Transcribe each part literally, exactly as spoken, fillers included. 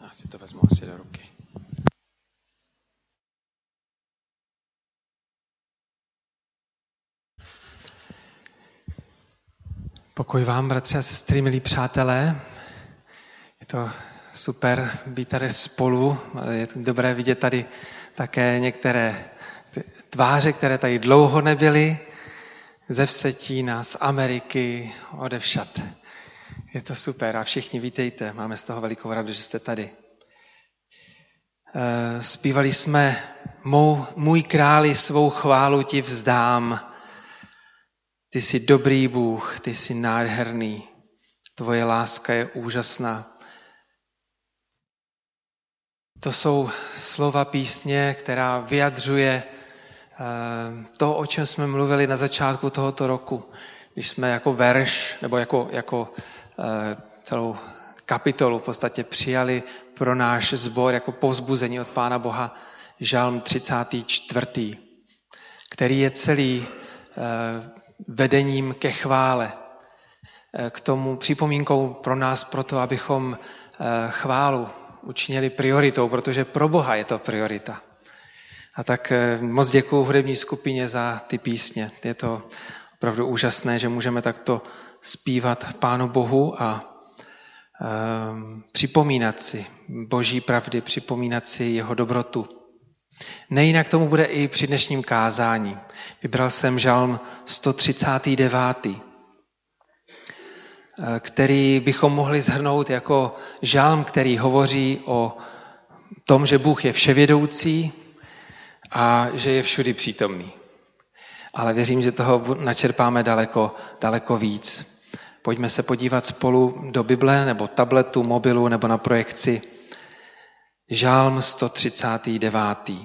Já si to vezmu asi do ruky. Pokoj vám, bratři a sestry, milí přátelé. Je to super být tady spolu. Je dobré vidět tady také některé tváře, které tady dlouho nebyly. Ze Vsetína, z Ameriky, odevšad. Je to super a všichni vítejte. Máme z toho velikou radost, že jste tady. Zpívali jsme Mou, Můj králi, svou chválu ti vzdám. Ty jsi dobrý Bůh, ty jsi nádherný. Tvoje láska je úžasná. To jsou slova písně, která vyjadřuje to, o čem jsme mluvili na začátku tohoto roku. Když jsme jako verš, nebo jako, jako celou kapitolu v podstatě přijali pro náš sbor jako povzbuzení od Pána Boha žalm třicátý čtvrtý, který je celý vedením ke chvále. K tomu připomínkou pro nás, proto abychom chválu učinili prioritou, protože pro Boha je to priorita. A tak moc děkuju hudební skupině za ty písně. Je to opravdu úžasné, že můžeme takto zpívat Pánu Bohu a um, připomínat si Boží pravdy, připomínat si jeho dobrotu. Nejinak tomu bude i při dnešním kázání. Vybral jsem žalm sto třicátý devátý, který bychom mohli shrnout jako žalm, který hovoří o tom, že Bůh je vševědoucí a že je všudy přítomný. Ale věřím, že toho načerpáme daleko, daleko víc. Pojďme se podívat spolu do Bible, nebo tabletu, mobilu, nebo na projekci. Žalm sto třicátý devátý.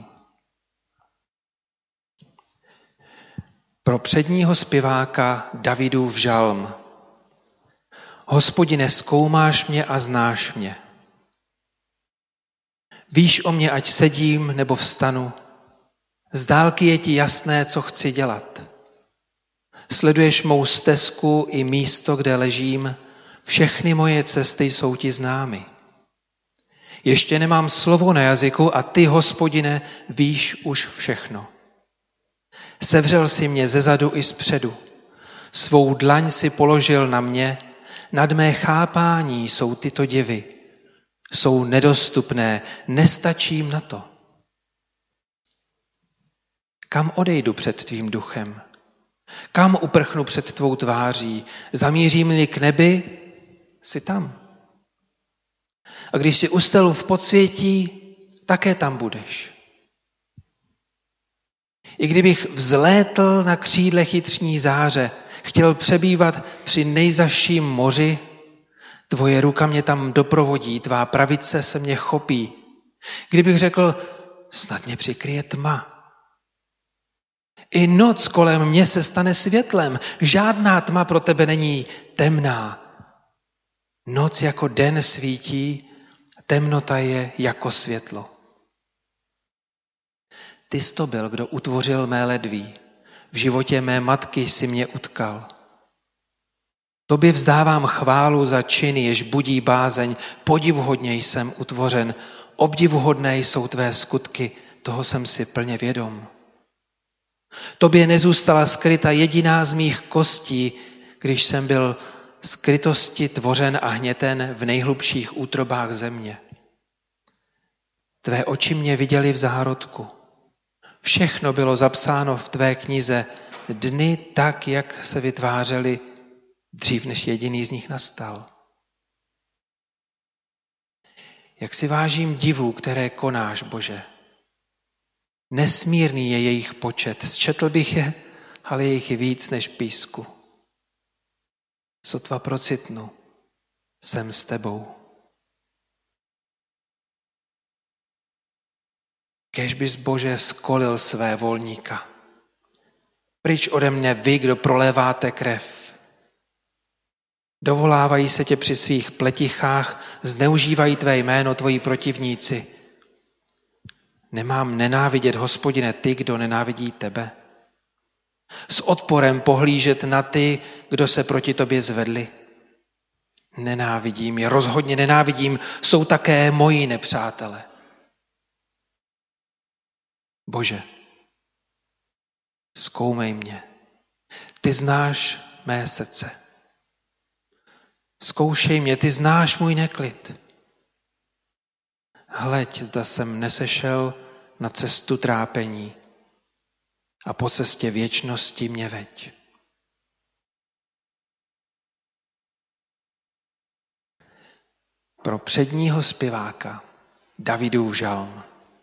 Pro předního zpěváka Davidův žalm. Hospodine, zkoumáš mě a znáš mě. Víš o mě, ať sedím nebo vstanu. Z dálky je ti jasné, co chci dělat. Sleduješ mou stezku i místo, kde ležím. Všechny moje cesty jsou ti známy. Ještě nemám slovo na jazyku a ty, Hospodine, víš už všechno. Sevřel si mě zezadu i zpředu. Svou dlaň si položil na mě. Nad mé chápání jsou tyto divy. Jsou nedostupné, nestačím na to. Kam odejdu před tvým duchem? Kam uprchnu před tvou tváří? Zamířím-li k nebi, jsi tam. A když si ustelu v podsvětí, také tam budeš. I kdybych vzlétl na křídle chytřní záře, chtěl přebývat při nejzaším moři, tvoje ruka mě tam doprovodí, tvá pravice se mě chopí. Kdybych řekl, snad mě přikryje tma. I noc kolem mě se stane světlem. Žádná tma pro tebe není temná. Noc jako den svítí, temnota je jako světlo. Ty jsi to byl, kdo utvořil mé ledví. V životě mé matky si mě utkal. Tobě vzdávám chválu za činy, jež budí bázeň. Podivuhodně jsem utvořen. Obdivuhodné jsou tvé skutky, toho jsem si plně vědom. Tobě nezůstala skryta jediná z mých kostí, když jsem byl skrytosti tvořen a hněten v nejhlubších útrobách země. Tvé oči mě viděly v zárodku. Všechno bylo zapsáno v tvé knize, dny tak, jak se vytvářely, dřív než jediný z nich nastal. Jak si vážím divů, které konáš, Bože. Nesmírný je jejich počet. Sčetl bych je, ale je jich víc než písku. Sotva procitnu, jsem s tebou. Kéž bys, Bože, skolil své volníka. Pryč ode mne vy, kdo proléváte krev. Dovolávají se tě při svých pletichách, zneužívají tvé jméno tvoji protivníci. Nemám nenávidět, Hospodine, ty, kdo nenávidí tebe. S odporem pohlížet na ty, kdo se proti tobě zvedli. nenávidím, je rozhodně nenávidím, jsou také moji nepřátele. Bože, zkoumej mě. Ty znáš mé srdce. Zkoušej mě, ty znáš můj neklid. Hleď, zda jsem nesešel na cestu trápení a po cestě věčnosti mě veď. Pro předního zpěváka Davidův žalm.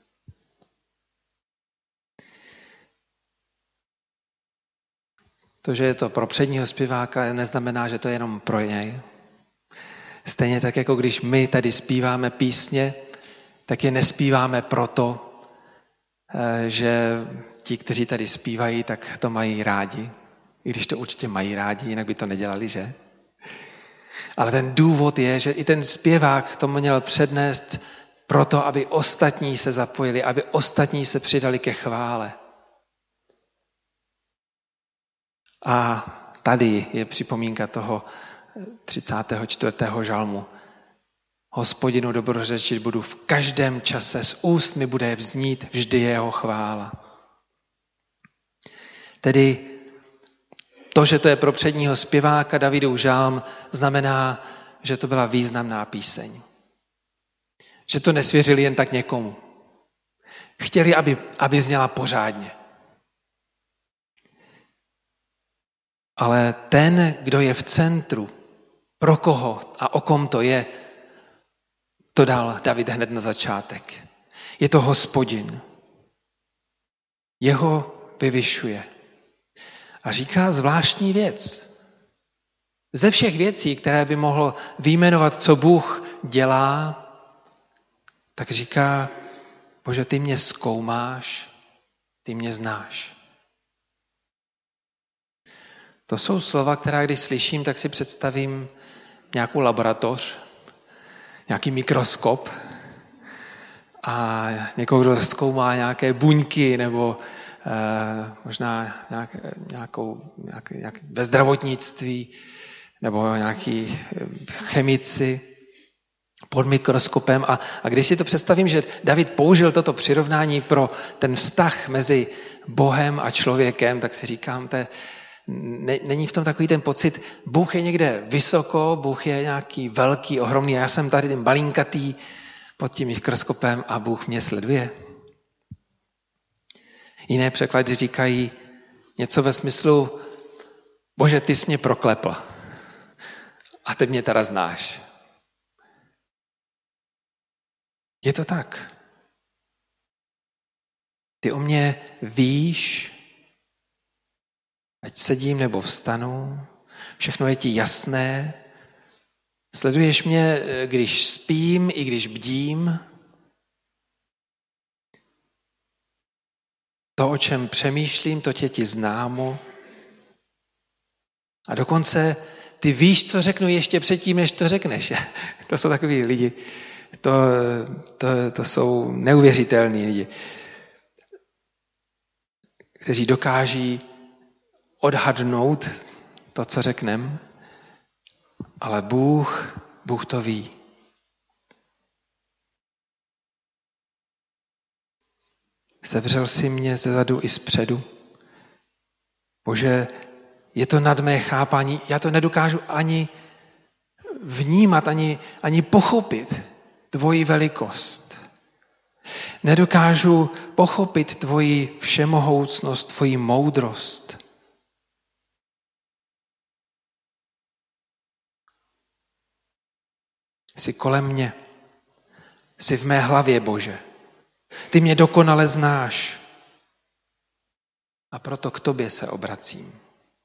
To, že je to pro předního zpěváka, neznamená, že to je jenom pro něj. Stejně tak, jako když my tady zpíváme písně, tak je nespíváme proto, že ti, kteří tady zpívají, tak to mají rádi. I když to určitě mají rádi, jinak by to nedělali, že? Ale ten důvod je, že i ten zpěvák to měl přednést proto, aby ostatní se zapojili, aby ostatní se přidali ke chvále. A tady je připomínka toho třicátého čtvrtého žalmu. Hospodinu dobrořečit budu v každém čase, z úst mi bude vznít vždy jeho chvála. Tedy to, že to je pro předního zpěváka Davidův žalm, znamená, že to byla významná píseň. Že to nesvěřili jen tak někomu. Chtěli, aby, aby zněla pořádně. Ale ten, kdo je v centru, pro koho a o kom to je, to dal David hned na začátek. Je to Hospodin. Jeho vyvyšuje. A říká zvláštní věc. Ze všech věcí, které by mohl vyjmenovat, co Bůh dělá, tak říká, Bože, ty mě zkoumáš, ty mě znáš. To jsou slova, která když slyším, tak si představím nějakou laboratoř, nějaký mikroskop a někoho, kdo zkoumá nějaké buňky nebo eh, možná nějak, nějakou, nějak, nějak ve zdravotnictví nebo nějaký chemici pod mikroskopem. A, a když si to představím, že David použil toto přirovnání pro ten vztah mezi Bohem a člověkem, tak si říkám, to je, není v tom takový ten pocit, Bůh je někde vysoko, Bůh je nějaký velký, ohromný a já jsem tady ten malinkatý pod tím mikroskopem a Bůh mě sleduje. Jiné překlady říkají něco ve smyslu, Bože, ty jsi mě proklepl a ty mě teda znáš. Je to tak. Ty o mě víš, ať sedím nebo vstanu, všechno je ti jasné. Sleduješ mě, když spím i když bdím. To, o čem přemýšlím, to tě ti známo. A dokonce ty víš, co řeknu ještě předtím, než to řekneš. To jsou takový lidi, to, to, to jsou neuvěřitelní lidi, kteří dokáží odhadnout to, co řeknem, ale Bůh, Bůh to ví. Sevřel si mě zezadu i zpředu. Bože, je to nad mé chápání, já to nedokážu ani vnímat, ani, ani pochopit tvoji velikost. Nedokážu pochopit tvoji všemohoucnost, tvoji moudrost. Jsi kolem mě. Jsi v mé hlavě, Bože. Ty mě dokonale znáš. A proto k tobě se obracím.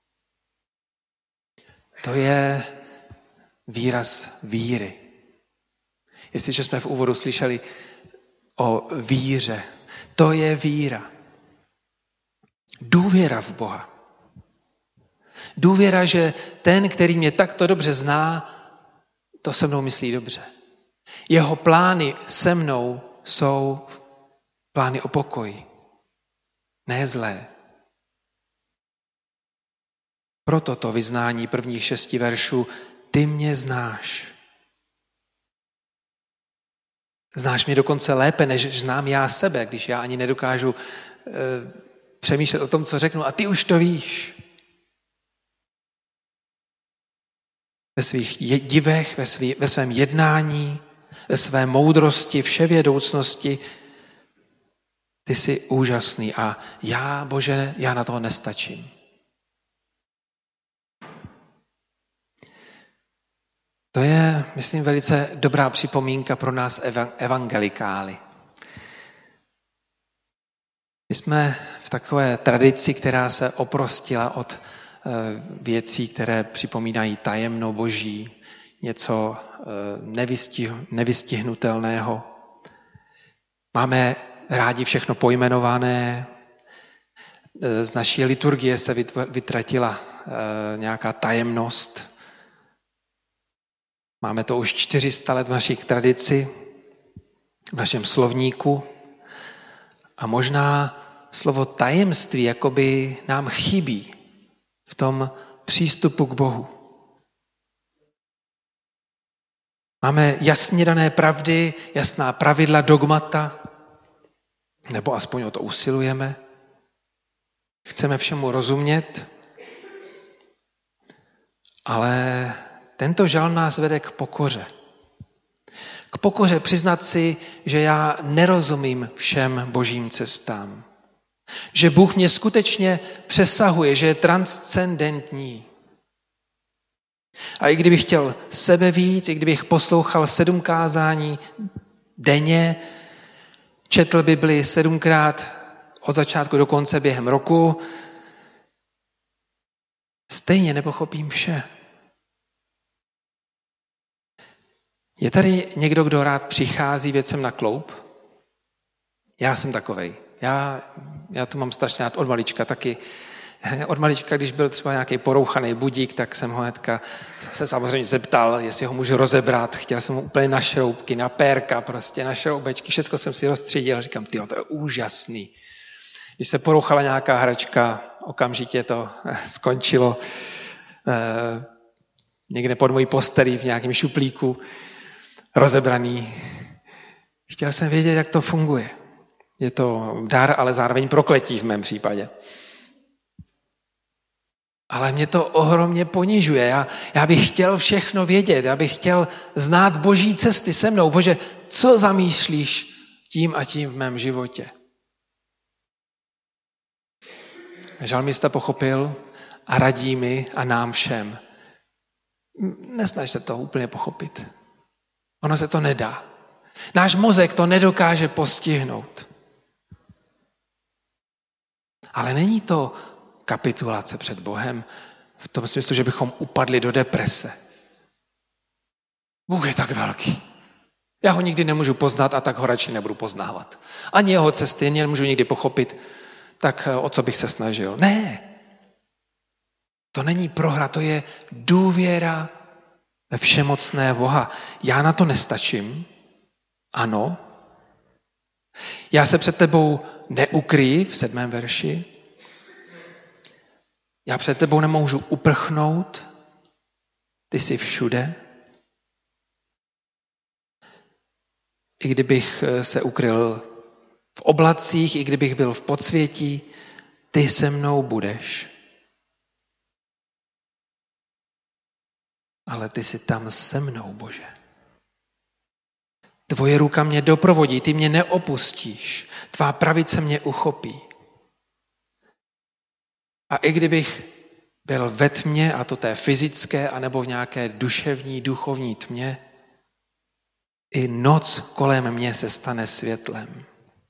To je výraz víry. Jestliže jsme v úvodu slyšeli o víře, to je víra. Důvěra v Boha. Důvěra, že ten, který mě takto dobře zná, to se mnou myslí dobře. Jeho plány se mnou jsou plány o pokoji, ne zlé. Proto to vyznání prvních šesti veršů ty mě znáš. Znáš mě dokonce lépe, než znám já sebe, když já ani nedokážu e, přemýšlet o tom, co řeknu. A ty už to víš. Ve svých divech, ve, svý, ve svém jednání, ve své moudrosti, vševědoucnosti. Ty jsi úžasný a já, Bože, já na to nestačím. To je, myslím, velice dobrá připomínka pro nás evangelikály. My jsme v takové tradici, která se oprostila od věcí, které připomínají tajemno Boží, něco nevystih, nevystihnutelného. Máme rádi všechno pojmenované. Z naší liturgie se vytratila nějaká tajemnost. Máme to už čtyři sta let v naší tradici, v našem slovníku. A možná slovo tajemství jakoby nám chybí v tom přístupu k Bohu. Máme jasně dané pravdy, jasná pravidla, dogmata, nebo aspoň o to usilujeme. Chceme všemu rozumět, ale tento žalm nás vede k pokoře. K pokoře přiznat si, že já nerozumím všem božím cestám. Že Bůh mě skutečně přesahuje, že je transcendentní. A i kdybych chtěl sebe víc, i kdybych poslouchal sedm kázání denně, četl Bibli sedmkrát od začátku do konce během roku, stejně nepochopím vše. Je tady někdo, kdo rád přichází věcem na kloup? Já jsem takovej. Já, já to mám strašně rád od malička taky. Od malička, když byl třeba nějaký porouchaný budík, tak jsem ho hnedka se samozřejmě zeptal, jestli ho můžu rozebrat. Chtěl jsem ho úplně na šroubky, na pérka, prostě na šroubečky. Všechno jsem si rozstřídil. Říkám, tyjo, to je úžasný. Když se porouchala nějaká hračka, okamžitě to skončilo eh, někde pod mojí postelí v nějakém šuplíku, rozebraný. Chtěl jsem vědět, jak to funguje. Je to dar, ale zároveň prokletí v mém případě. Ale mě to ohromně ponižuje. Já, já bych chtěl všechno vědět. Já bych chtěl znát boží cesty se mnou. Bože, co zamýšlíš tím a tím v mém životě? Žalmista pochopil a radí mi a nám všem. Nesnaž se to úplně pochopit. Ono se to nedá. Náš mozek to nedokáže postihnout. Ale není to kapitulace před Bohem v tom smyslu, že bychom upadli do deprese. Bůh je tak velký. Já ho nikdy nemůžu poznat a tak ho radši nebudu poznávat. Ani jeho cesty nemůžu nikdy pochopit, tak o co bych se snažil. Ne. To není prohra, to je důvěra ve všemocné Boha. Já na to nestačím. Ano. Já se před tebou neukryji v sedmém verši. Já před tebou nemůžu uprchnout. Ty jsi všude. I kdybych se ukryl v oblacích, i kdybych byl v podsvětí, ty se mnou budeš. Ale ty jsi tam se mnou, Bože. Tvoje ruka mě doprovodí, ty mě neopustíš. Tvá pravice mě uchopí. A i kdybych byl ve tmě, a to té fyzické, anebo v nějaké duševní, duchovní tmě, i noc kolem mě se stane světlem.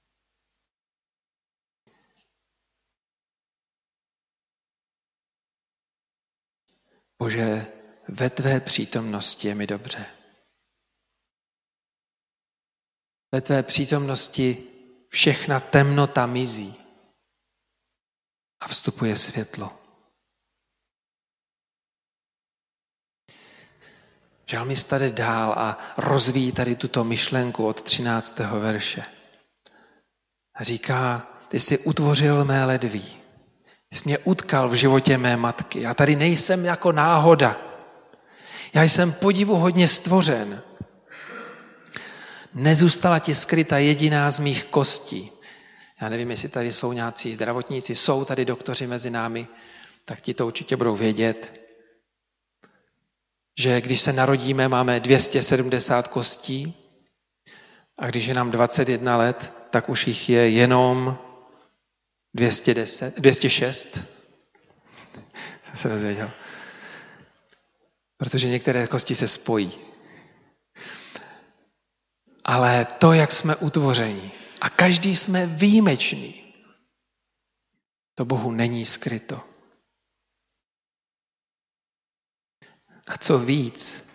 Bože, ve tvé přítomnosti je mi dobře. Ve tvé přítomnosti všechna temnota mizí a vstupuje světlo. Žalmista jde dál a rozvíjí tady tuto myšlenku od třináctého verše. A říká, ty jsi utvořil mé ledví. Ty jsi mě utkal v životě mé matky. Já tady nejsem jako náhoda. Já jsem podivuhodně stvořen. Nezůstala ti skryta jediná z mých kostí. Já nevím, jestli tady jsou nějací zdravotníci, jsou tady doktoři mezi námi, tak ti to určitě budou vědět, že když se narodíme, máme dvě stě sedmdesát kostí a když je nám dvacet jedna let, tak už jich je jenom dvě stě deset, dvě stě šest. Já se dozvěděl. Protože některé kosti se spojí. Ale to, jak jsme utvořeni, a každý jsme výjimečný, to Bohu není skryto. A co víc,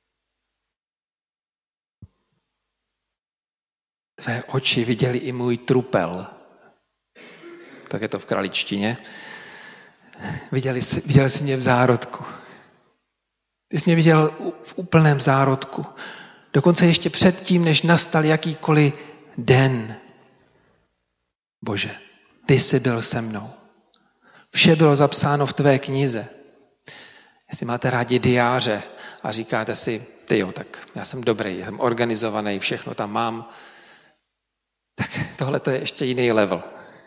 tvé oči viděli i můj trupel. Tak je to v kraličtině. Viděli jsi, viděli jsi mě v zárodku. Ty jsi mě viděl v úplném zárodku. Dokonce ještě předtím, než nastal jakýkoliv den. Bože, ty jsi byl se mnou. Vše bylo zapsáno v tvé knize. Jestli máte rádi diáře a říkáte si, ty jo, tak já jsem dobrý, jsem organizovaný, všechno tam mám, tak tohle to je ještě jiný level.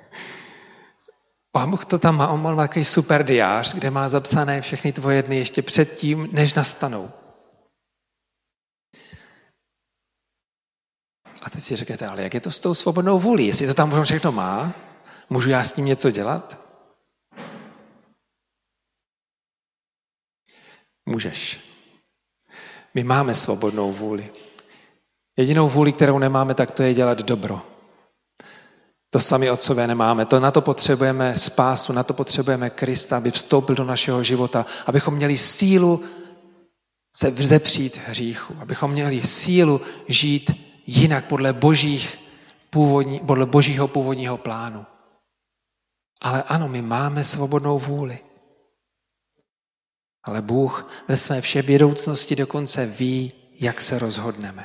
Pán Bůh to tam má, on má takový super diář, kde má zapsané všechny tvoje dny ještě předtím, než nastanou. A teď si řeknete, ale jak je to s tou svobodnou vůlí? Jestli to tam všechno má, můžu já s tím něco dělat? Můžeš. My máme svobodnou vůli. Jedinou vůli, kterou nemáme, tak to je dělat dobro. To sami od sebe nemáme. To, na to potřebujeme spásu, na to potřebujeme Krista, aby vstoupil do našeho života, abychom měli sílu se vzepřít hříchu, abychom měli sílu žít jinak podle, božích původní, podle božího původního plánu. Ale ano, my máme svobodnou vůli. Ale Bůh ve své vševědoucnosti dokonce ví, jak se rozhodneme.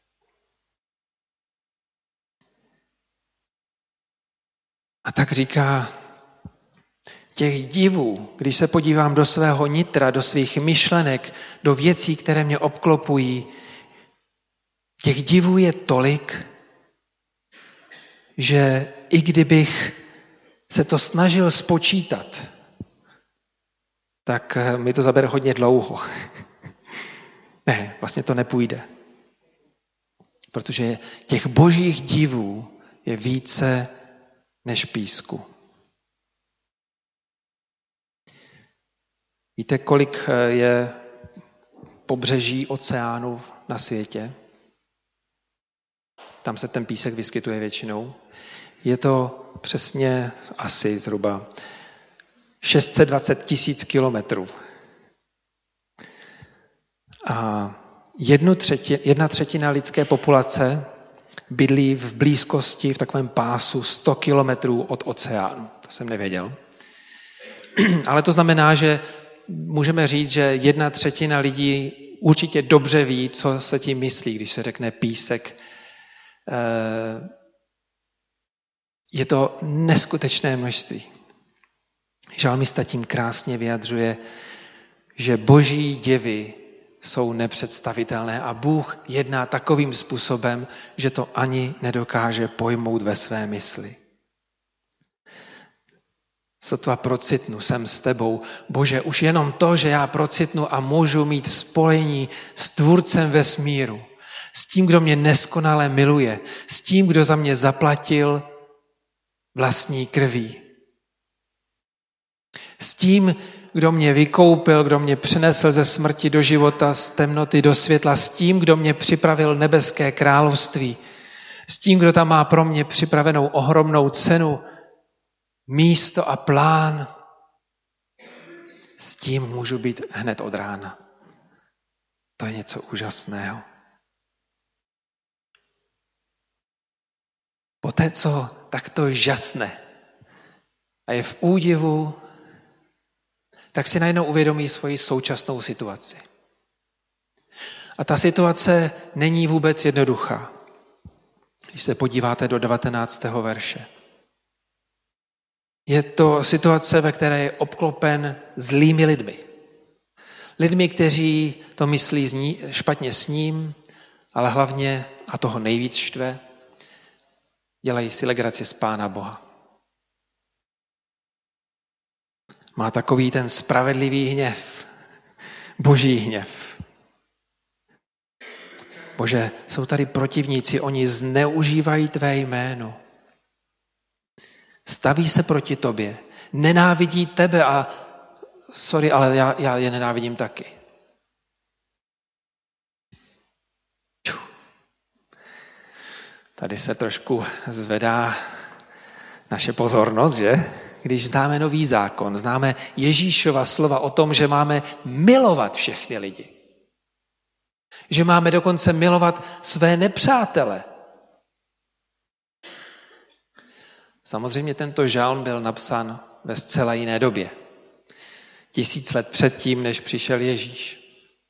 A tak říká, těch divů, když se podívám do svého nitra, do svých myšlenek, do věcí, které mě obklopují, těch divů je tolik, že i kdybych se to snažil spočítat, tak mi to zabere hodně dlouho. Ne, vlastně to nepůjde. Protože těch božích divů je více než písku. Víte, kolik je pobřeží oceánu na světě? Tam se ten písek vyskytuje většinou. Je to přesně asi zhruba šest set dvacet tisíc kilometrů. A jednu třetina, jedna třetina lidské populace bydlí v blízkosti, v takovém pásu sto kilometrů od oceánu. To jsem nevěděl. Ale to znamená, že můžeme říct, že jedna třetina lidí určitě dobře ví, co se tím myslí, když se řekne písek. Je to neskutečné množství. Žalmista tím krásně vyjadřuje, že boží děvy jsou nepředstavitelné a Bůh jedná takovým způsobem, že to ani nedokáže pojmout ve své mysli. Sotva procitnu, jsem s tebou. Bože, už jenom to, že já procitnu a můžu mít spojení s tvůrcem vesmíru, s tím, kdo mě neskonale miluje, s tím, kdo za mě zaplatil vlastní krví. S tím, kdo mě vykoupil, kdo mě přinesl ze smrti do života, z temnoty do světla, s tím, kdo mě připravil nebeské království, s tím, kdo tam má pro mě připravenou ohromnou cenu, místo a plán. S tím můžu být hned od rána. To je něco úžasného. Poté, co takto žasne a je v údivu, tak si najednou uvědomí svoji současnou situaci. A ta situace není vůbec jednoduchá. Když se podíváte do devatenáctého verše. Je to situace, ve které je obklopen zlými lidmi. Lidmi, kteří to myslí špatně s ním, ale hlavně, a toho nejvíc štve, dělají si legraci z Pána Boha. Má takový ten spravedlivý hněv, boží hněv. Bože, jsou tady protivníci, oni zneužívají tvé jméno. Staví se proti tobě, nenávidí tebe a sorry, ale já, já je nenávidím taky. Tady se trošku zvedá naše pozornost, že? Když známe nový zákon, známe Ježíšova slova o tom, že máme milovat všechny lidi. Že máme dokonce milovat své nepřátele. Samozřejmě tento žalm byl napsán ve zcela jiné době. Tisíc let předtím, než přišel Ježíš.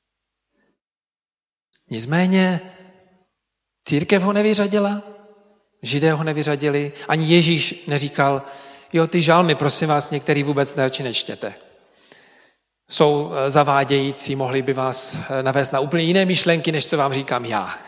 Nicméně církev ho nevyřadila, Židé ho nevyřadili, ani Ježíš neříkal, jo, ty žalmy, prosím vás, některý vůbec radši nečtěte. Jsou zavádějící, mohli by vás navést na úplně jiné myšlenky, než co vám říkám já.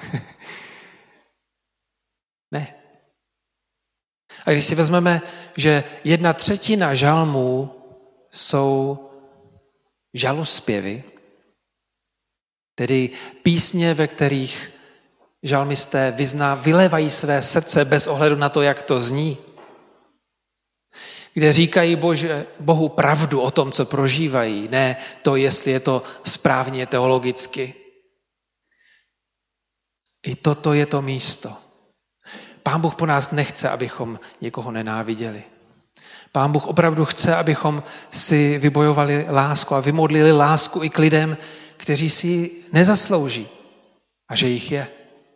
Ne. A když si vezmeme, že jedna třetina žalmů jsou žalospěvy, tedy písně, ve kterých žalmisté vyzná, vylévají své srdce bez ohledu na to, jak to zní, kde říkají Bože, Bohu pravdu o tom, co prožívají, ne to, jestli je to správně teologicky. I toto je to místo. Pán Bůh po nás nechce, abychom někoho nenáviděli. Pán Bůh opravdu chce, abychom si vybojovali lásku a vymodlili lásku i k lidem, kteří si ji nezaslouží a že jich je.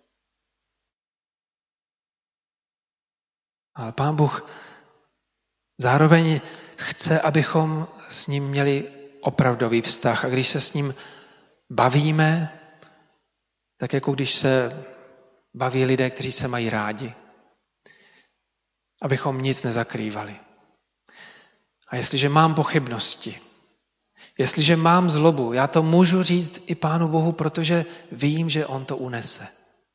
Ale Pán Bůh zároveň chce, abychom s ním měli opravdový vztah. A když se s ním bavíme, tak jako když se baví lidé, kteří se mají rádi. Abychom nic nezakrývali. A jestliže mám pochybnosti, jestliže mám zlobu, já to můžu říct i Pánu Bohu, protože vím, že on to unese.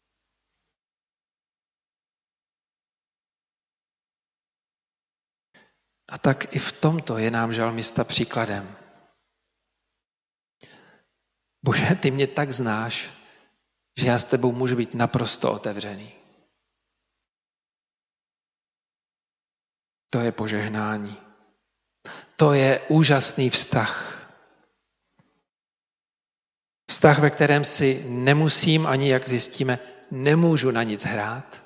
A tak i v tomto je nám žalmista příkladem. Bože, ty mě tak znáš, že já s tebou můžu být naprosto otevřený. To je požehnání. To je úžasný vztah. Vztah, ve kterém si nemusím, ani jak zjistíme, nemůžu na nic hrát,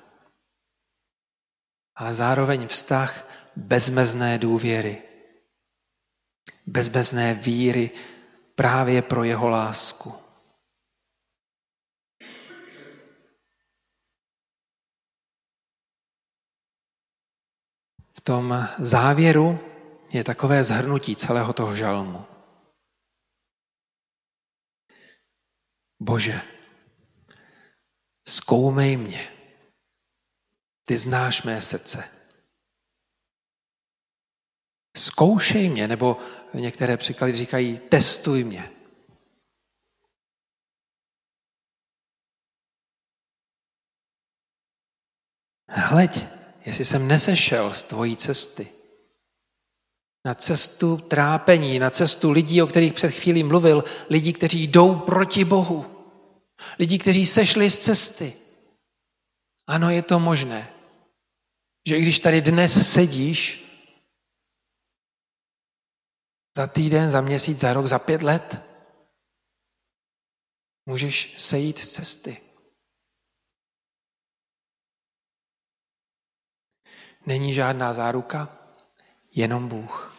ale zároveň vztah bezmezné důvěry, bezmezné víry právě pro jeho lásku. V tom závěru je takové shrnutí celého toho žalmu. Bože, zkoumej mě. Ty znáš mé srdce. Zkoušej mě, nebo některé překlady říkají, testuj mě. Hleď, jestli jsem nesešel z tvojí cesty. Na cestu trápení, na cestu lidí, o kterých před chvílí mluvil, lidí, kteří jdou proti Bohu. Lidí, kteří sešli z cesty. Ano, je to možné, že i když tady dnes sedíš, za týden, za měsíc, za rok, za pět let, můžeš sejít z cesty. Není žádná záruka, jenom Bůh.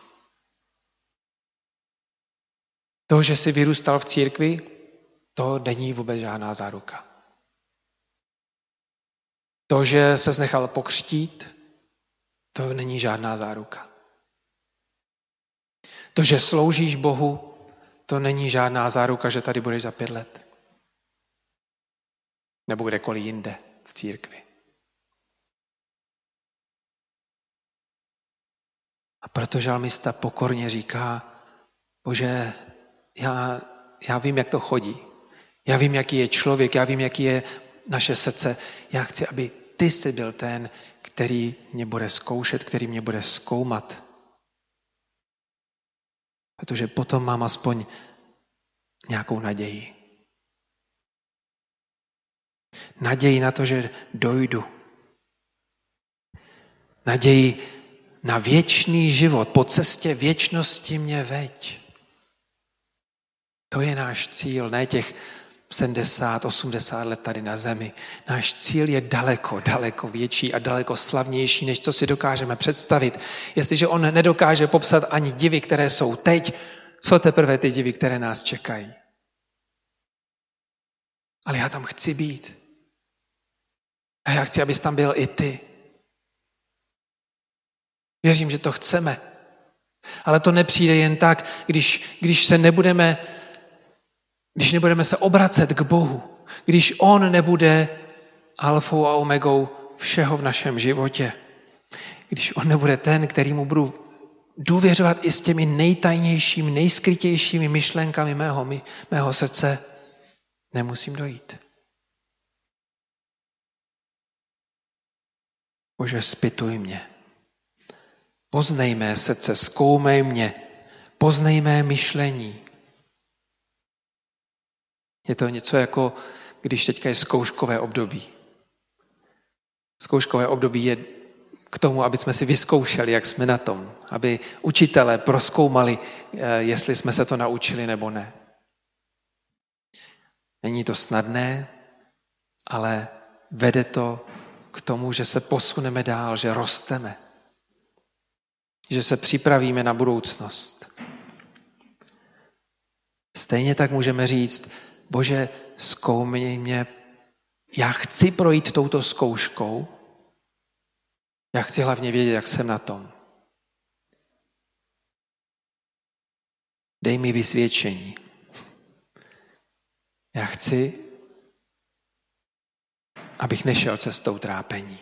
To, že jsi vyrůstal v církvi, to není vůbec žádná záruka. To, že ses nechal pokřtít, to není žádná záruka. To, že sloužíš Bohu, to není žádná záruka, že tady budeš za pět let. Nebo kdekoliv jinde v církvi. A proto žalmista pokorně říká, Bože, já já vím, jak to chodí. Já vím, jaký je člověk, já vím, jaký je naše srdce. Já chci, aby ty jsi byl ten, který mě bude zkoušet, který mě bude zkoumat. Protože potom mám aspoň nějakou naději. Naději na to, že dojdu. Naději na věčný život. Po cestě věčnosti mě veď. To je náš cíl, ne těch sedmdesát, osmdesát let tady na zemi. Náš cíl je daleko, daleko větší a daleko slavnější, než co si dokážeme představit. Jestliže on nedokáže popsat ani divy, které jsou teď, co teprve ty divy, které nás čekají. Ale já tam chci být. A já chci, abys tam byl i ty. Věřím, že to chceme. Ale to nepřijde jen tak, když, když se nebudeme, když nebudeme se obracet k Bohu. Když on nebude alfou a omegou všeho v našem životě. Když on nebude ten, kterýmu budu důvěřovat i s těmi nejtajnějšími, nejskrytějšími myšlenkami mého, mého srdce, nemusím dojít. Bože, zpytuj mě. Poznej mé srdce, zkoumej mě. Poznej mé myšlení. Je to něco jako, když teďka je zkouškové období. Zkouškové období je k tomu, aby jsme si vyzkoušeli, jak jsme na tom. Aby učitelé prozkoumali, jestli jsme se to naučili nebo ne. Není to snadné, ale vede to k tomu, že se posuneme dál, že rosteme. Že se připravíme na budoucnost. Stejně tak můžeme říct, Bože, zkoumej mě, já chci projít touto zkouškou, já chci hlavně vědět, jak jsem na tom. Dej mi vysvědčení. Já chci, abych nešel cestou trápení.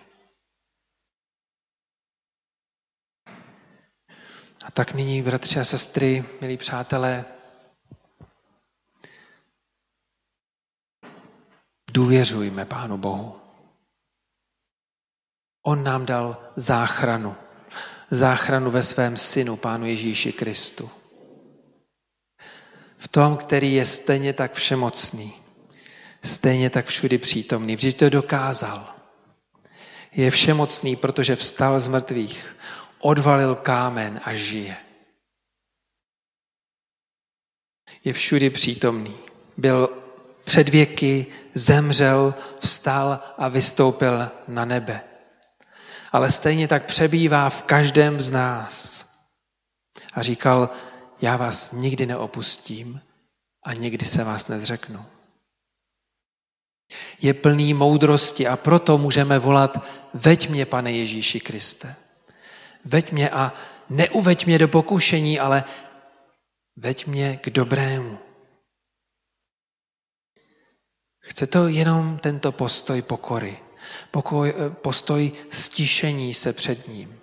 A tak nyní, bratři a sestry, milí přátelé, důvěřujme Pánu Bohu. On nám dal záchranu. Záchranu ve svém synu, Pánu Ježíši Kristu. V tom, který je stejně tak všemocný, stejně tak všudy přítomný. Vždyť to dokázal. Je všemocný, protože vstal z mrtvých, odvalil kámen a žije. Je všudy přítomný. Byl před věky, zemřel, vstal a vystoupil na nebe. Ale stejně tak přebývá v každém z nás. A říkal, já vás nikdy neopustím a nikdy se vás nezřeknu. Je plný moudrosti a proto můžeme volat, veď mě, Pane Ježíši Kriste. Veď mě a neuveď mě do pokušení, ale veď mě k dobrému. Chce to jenom tento postoj pokory, pokoj, postoj stišení se před ním.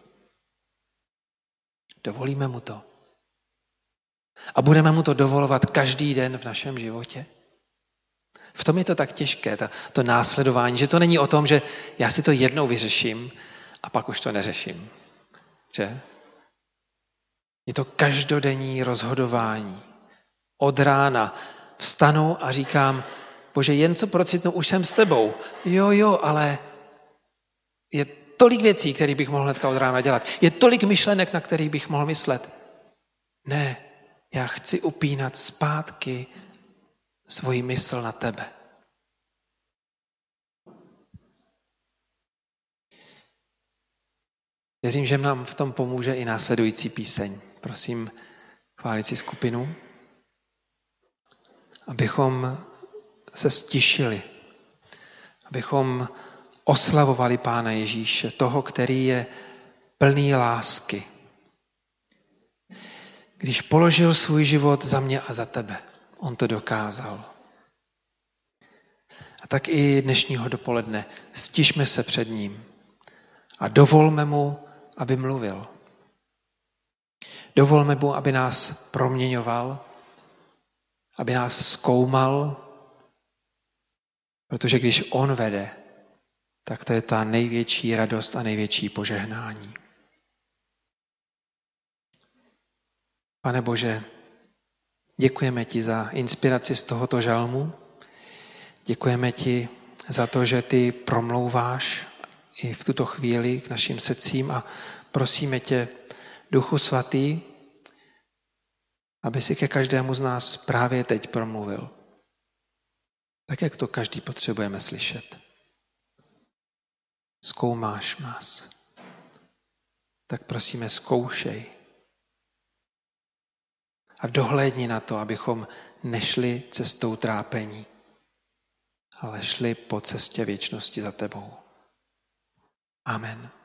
Dovolíme mu to. A budeme mu to dovolovat každý den v našem životě. V tom je to tak těžké, to, to následování, že to není o tom, že já si to jednou vyřeším a pak už to neřeším. Že? Je to každodenní rozhodování. Od rána vstanu a říkám, Bože, jen co procitnu, už jsem s tebou. Jo, jo, ale je tolik věcí, které bych mohl hnedka od rána dělat. Je tolik myšlenek, na kterých bych mohl myslet. Ne, já chci upínat zpátky svoji mysl na tebe. Věřím, že nám v tom pomůže i následující píseň. Prosím chválící skupinu, abychom se stišili, abychom oslavovali Pána Ježíše, toho, který je plný lásky. Když položil svůj život za mě a za tebe, on to dokázal. A tak i dnešního dopoledne stišme se před ním a dovolme mu, aby mluvil. Dovolme mu, aby nás proměňoval aby nás zkoumal, protože když on vede, tak to je ta největší radost a největší požehnání. Pane Bože, děkujeme ti za inspiraci z tohoto žalmu. Děkujeme ti za to, že ty promlouváš i v tuto chvíli k našim srdcím a prosíme tě, Duchu Svatý, aby si ke každému z nás právě teď promluvil. Tak, jak to každý potřebujeme slyšet. Zkoumáš nás. Tak prosíme, zkoušej. A dohlédni na to, abychom nešli cestou trápení, ale šli po cestě věčnosti za tebou. Amen.